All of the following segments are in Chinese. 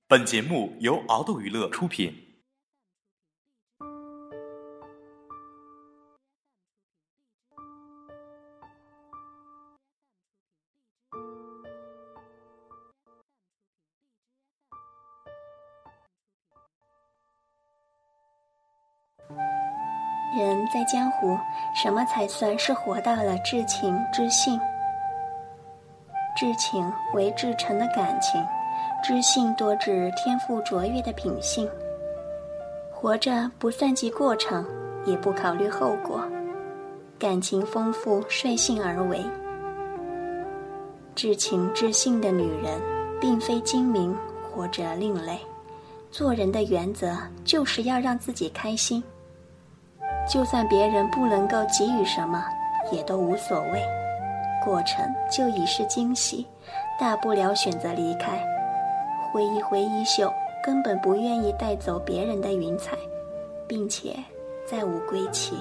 本节目由敖斗娱乐出品。 人在江湖，什么才算是活到了至情至性？至情为至诚的感情，知性多指天赋卓越的品性。活着不算计过程，也不考虑后果，感情丰富，率性而为。至情至性的女人，并非精明或者另类，做人的原则就是要让自己开心。就算别人不能够给予什么，也都无所谓，过程就已是惊喜，大不了选择离开。挥一挥衣袖，根本不愿意带走别人的云彩，并且再无归期。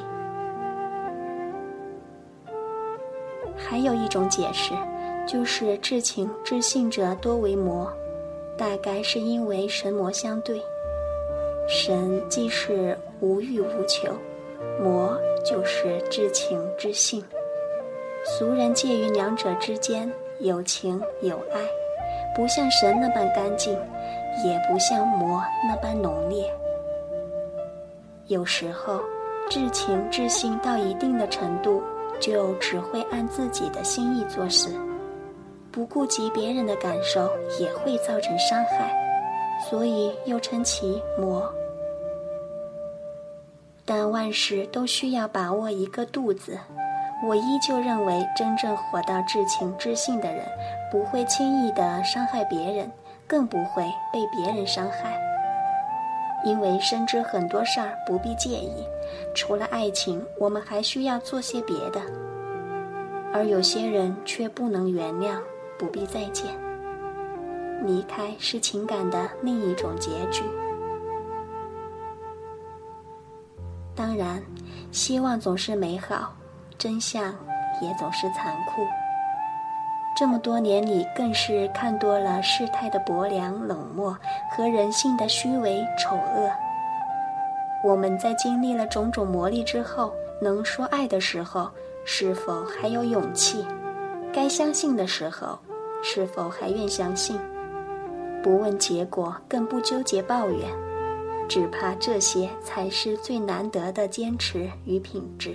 还有一种解释，就是至情至性者多为魔，大概是因为神魔相对，神既是无欲无求，魔就是至情至性，俗人介于两者之间，有情有爱，不像神那般干净，也不像魔那般浓烈。有时候至情至性到一定的程度，就只会按自己的心意做事，不顾及别人的感受，也会造成伤害，所以又称其魔。但万事都需要把握一个度字，我依旧认为真正活到至情至性的人，不会轻易地伤害别人，更不会被别人伤害。因为深知很多事儿不必介意，除了爱情，我们还需要做些别的。而有些人却不能原谅，不必再见。离开是情感的另一种结局。当然，希望总是美好，真相也总是残酷。这么多年里，更是看多了世态的薄凉冷漠和人性的虚伪丑恶。我们在经历了种种磨砺之后，能说爱的时候，是否还有勇气？该相信的时候，是否还愿相信？不问结果，更不纠结抱怨，只怕这些才是最难得的坚持与品质。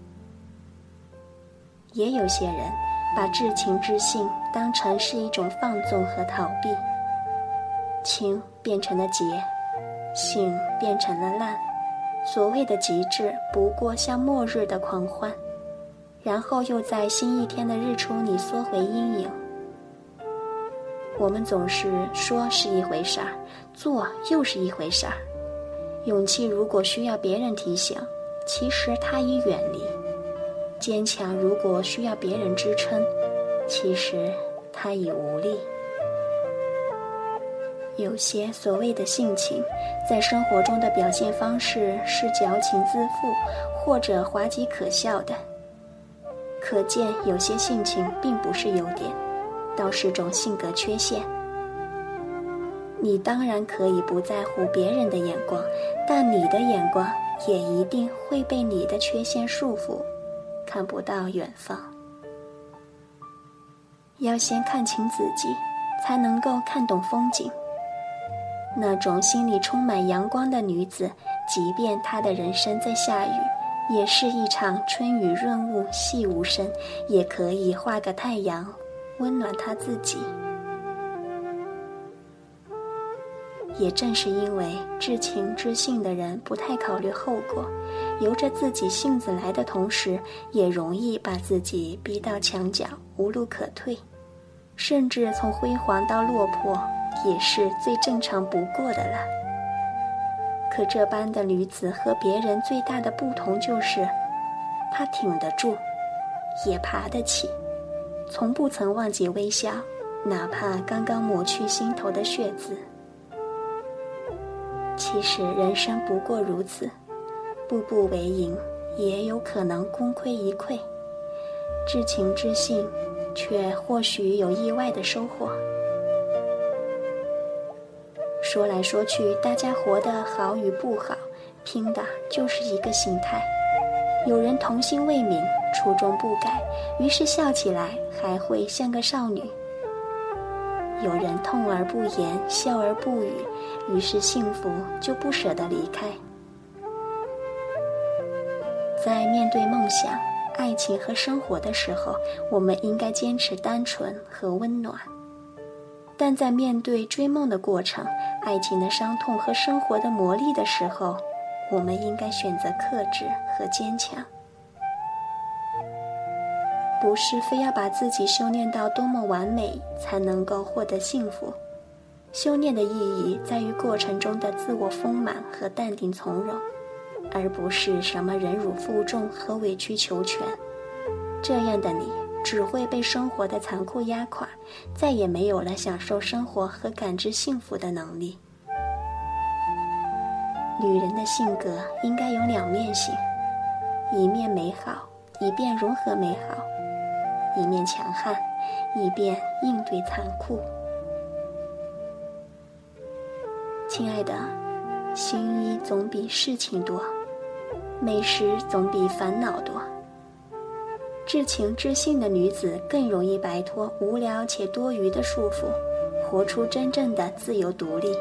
也有些人把至情至性当成是一种放纵和逃避，情变成了结，性变成了烂。所谓的极致，不过像末日的狂欢，然后又在新一天的日出里缩回阴影。我们总是说是一回事儿，做又是一回事儿。勇气如果需要别人提醒，其实它已远离；坚强如果需要别人支撑，其实它已无力。有些所谓的性情，在生活中的表现方式是矫情自负，或者滑稽可笑的。可见有些性情并不是优点，倒是种性格缺陷。你当然可以不在乎别人的眼光，但你的眼光也一定会被你的缺陷束缚，看不到远方。要先看清自己，才能够看懂风景。那种心里充满阳光的女子，即便她的人生在下雨，也是一场春雨润物细无声，也可以画个太阳，温暖她自己。也正是因为至情至性的人不太考虑后果，由着自己性子来的同时，也容易把自己逼到墙角，无路可退，甚至从辉煌到落魄，也是最正常不过的了。可这般的女子和别人最大的不同就是，她挺得住，也爬得起，从不曾忘记微笑，哪怕刚刚抹去心头的血渍。其实人生不过如此，步步为营，也有可能功亏一篑。至情至性，却或许有意外的收获。 说来说去，大家活得好与不好，拼的就是一个心态。有人童心未泯，初衷不改，于是笑起来还会像个少女。有人痛而不言，笑而不语，于是幸福就不舍得离开。在面对梦想、爱情和生活的时候，我们应该坚持单纯和温暖。但在面对追梦的过程、爱情的伤痛和生活的磨砺的时候，我们应该选择克制和坚强。不是非要把自己修炼到多么完美才能够获得幸福，修炼的意义在于过程中的自我丰满和淡定从容，而不是什么忍辱负重和委曲求全。这样的你只会被生活的残酷压垮，再也没有了享受生活和感知幸福的能力。女人的性格应该有两面性，一面美好，以便融合美好；一面强悍，以便应对残酷。亲爱的，心意总比事情多，美食总比烦恼多。至情至性的女子更容易摆脱无聊且多余的束缚，活出真正的自由独立。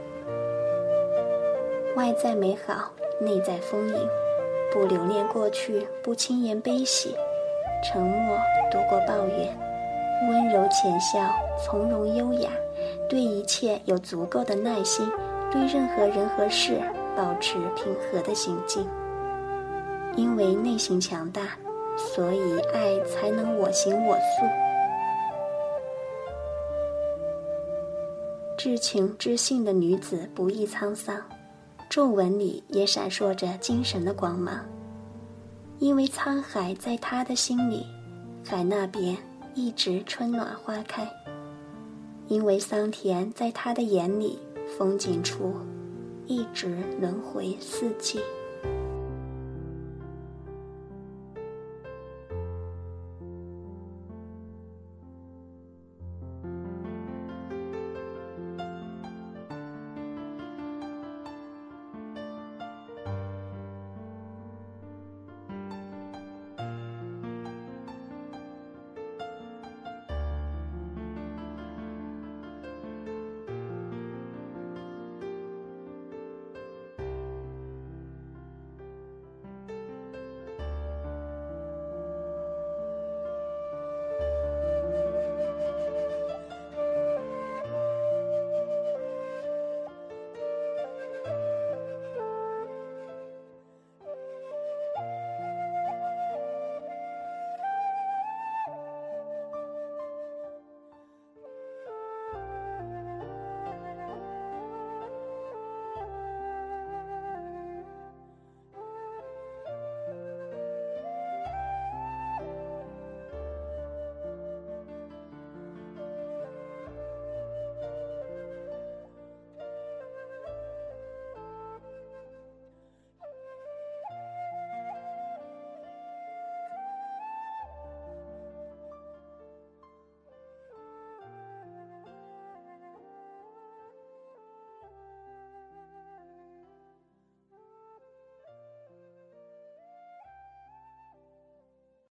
外在美好，内在丰盈，不留恋过去，不轻言悲喜，沉默多过抱怨，温柔浅笑，从容优雅，对一切有足够的耐心，对任何人和事保持平和的心境。因为内心强大，所以爱才能我行我素。至情至性的女子不易沧桑，皱纹里也闪烁着精神的光芒。因为沧海在她的心里，海那边一直春暖花开。因为桑田在她的眼里，风景处一直轮回四季。